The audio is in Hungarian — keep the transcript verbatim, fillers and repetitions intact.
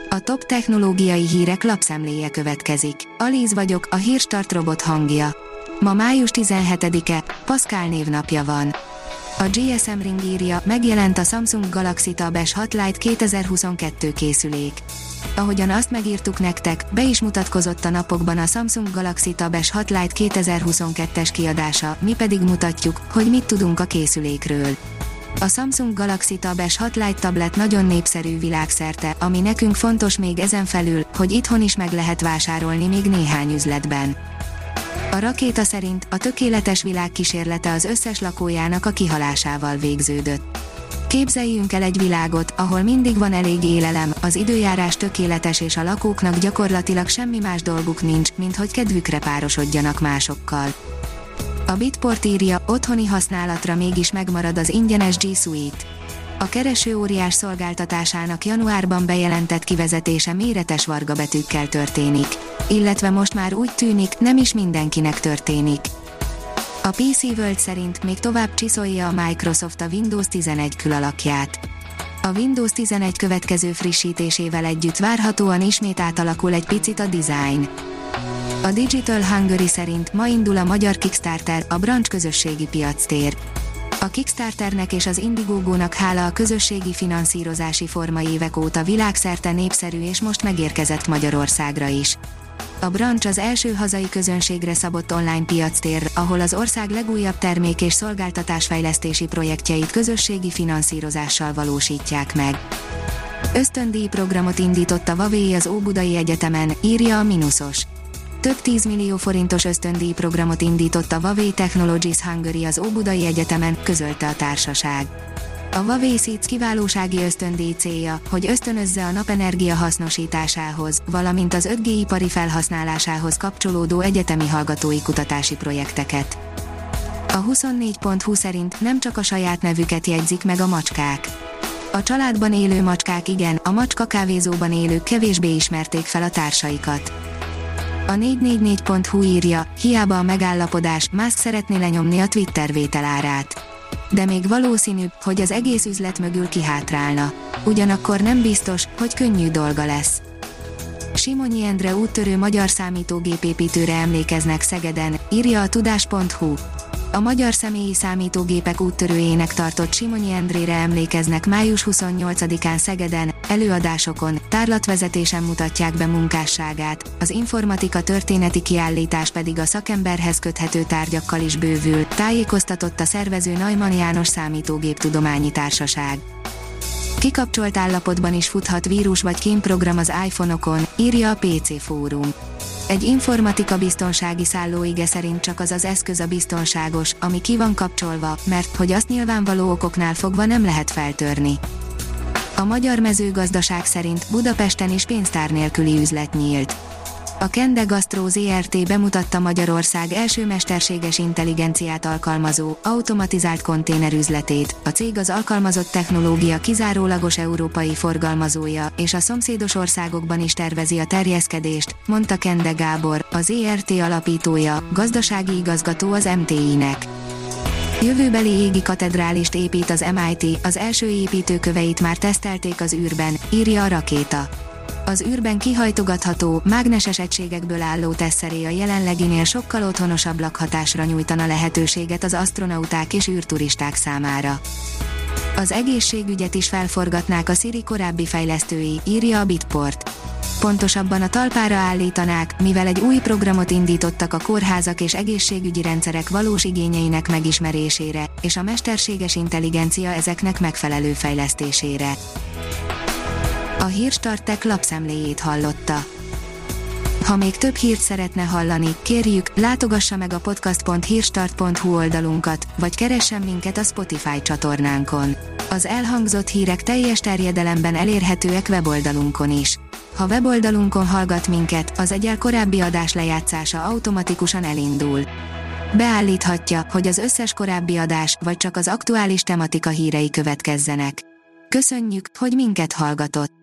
A top technológiai hírek lapszemléje következik. Alíz vagyok, a Hírstart robot hangja. Ma május tizenhetedike, Pascal névnapja van. A gé es em Ring írja, megjelent a Samsung Galaxy Tab es hat Lite kétezer-huszonkettő készülék. Ahogyan azt megírtuk nektek, be is mutatkozott a napokban a Samsung Galaxy Tab es hat Lite kétezer-huszonkettes kiadása, mi pedig mutatjuk, hogy mit tudunk a készülékről. A Samsung Galaxy Tab es hat Lite tablet nagyon népszerű világszerte, ami nekünk fontos még ezen felül, hogy itthon is meg lehet vásárolni még néhány üzletben. A rakéta szerint a tökéletes világ kísérlete az összes lakójának a kihalásával végződött. Képzeljünk el egy világot, ahol mindig van elég élelem, az időjárás tökéletes és a lakóknak gyakorlatilag semmi más dolguk nincs, mint hogy kedvükre párosodjanak másokkal. A Bitport írja, otthoni használatra mégis megmarad az ingyenes G Suite. A kereső óriás szolgáltatásának januárban bejelentett kivezetése méretes vargabetűkkel történik. Illetve most már úgy tűnik, nem is mindenkinek történik. A pé cé World szerint még tovább csiszolja a Microsoft a Windows tizenegy külalakját. A Windows tizenegy következő frissítésével együtt várhatóan ismét átalakul egy picit a design. A Digital Hungary szerint ma indul a magyar Kickstarter, a brancs közösségi piactér. A Kickstarternek és az Indiegogo-nak hála a közösségi finanszírozási forma évek óta világszerte népszerű és most megérkezett Magyarországra is. A brancs az első hazai közönségre szabott online piactér, ahol az ország legújabb termék- és szolgáltatásfejlesztési projektjeit közösségi finanszírozással valósítják meg. Ösztöndíj programot indított a Huawei az Óbudai Egyetemen, írja a Minusos. Több tízmillió forintos ösztöndíj programot indított a Huawei Technologies Hungary az Óbudai Egyetemen, közölte a társaság. A Huawei Seeds kiválósági ösztöndíj célja, hogy ösztönözze a napenergia hasznosításához, valamint az öt G ipari felhasználásához kapcsolódó egyetemi hallgatói kutatási projekteket. A huszonnégy pont hu szerint nem csak a saját nevüket jegyzik meg a macskák. A családban élő macskák igen, a macska kávézóban élők kevésbé ismerték fel a társaikat. A négy négy négy pont hu írja, hiába a megállapodás, Musk szeretné lenyomni a Twitter vételárát. De még valószínűbb, hogy az egész üzlet mögül kihátrálna. Ugyanakkor nem biztos, hogy könnyű dolga lesz. Simonyi Endre úttörő magyar számítógépépítőre emlékeznek Szegeden, írja a tudás pont hu. A magyar személyi számítógépek úttörőjének tartott Simonyi Endrére emlékeznek május huszonnyolcadikán Szegeden, előadásokon, tárlatvezetésen mutatják be munkásságát, az informatika történeti kiállítás pedig a szakemberhez köthető tárgyakkal is bővül, tájékoztatott a szervező Neumann János Számítógéptudományi Társaság. Kikapcsolt állapotban is futhat vírus vagy kémprogram az iPhone-okon, írja a pé cé Fórum. Egy informatika biztonsági szállóige szerint csak az az eszköz a biztonságos, ami ki van kapcsolva, mert hogy azt nyilvánvaló okoknál fogva nem lehet feltörni. A magyar mezőgazdaság szerint Budapesten is pénztár nélküli üzlet nyílt. A Kende Gastro zé er té bemutatta Magyarország első mesterséges intelligenciát alkalmazó, automatizált konténerüzletét. A cég az alkalmazott technológia kizárólagos európai forgalmazója, és a szomszédos országokban is tervezi a terjeszkedést, mondta Kende Gábor, a zé er té alapítója, gazdasági igazgató az em té i-nek. Jövőbeli égi katedrálist épít az em i té, az első építőköveit már tesztelték az űrben, írja a Rakéta. Az űrben kihajtogatható, mágneses egységekből álló tesszeré a jelenleginél sokkal otthonosabb lakhatásra nyújtana lehetőséget az asztronauták és űrturisták számára. Az egészségügyet is felforgatnák a Siri korábbi fejlesztői, írja a Bitport. Pontosabban a talpára állítanák, mivel egy új programot indítottak a kórházak és egészségügyi rendszerek valós igényeinek megismerésére, és a mesterséges intelligencia ezeknek megfelelő fejlesztésére. A Hírstart Tech lapszemléjét hallotta. Ha még több hírt szeretne hallani, kérjük, látogassa meg a podcast pont hírstart pont hu oldalunkat, vagy keressen minket a Spotify csatornánkon. Az elhangzott hírek teljes terjedelemben elérhetőek weboldalunkon is. Ha weboldalunkon hallgat minket, az egyel korábbi adás lejátszása automatikusan elindul. Beállíthatja, hogy az összes korábbi adás, vagy csak az aktuális tematika hírei következzenek. Köszönjük, hogy minket hallgatott!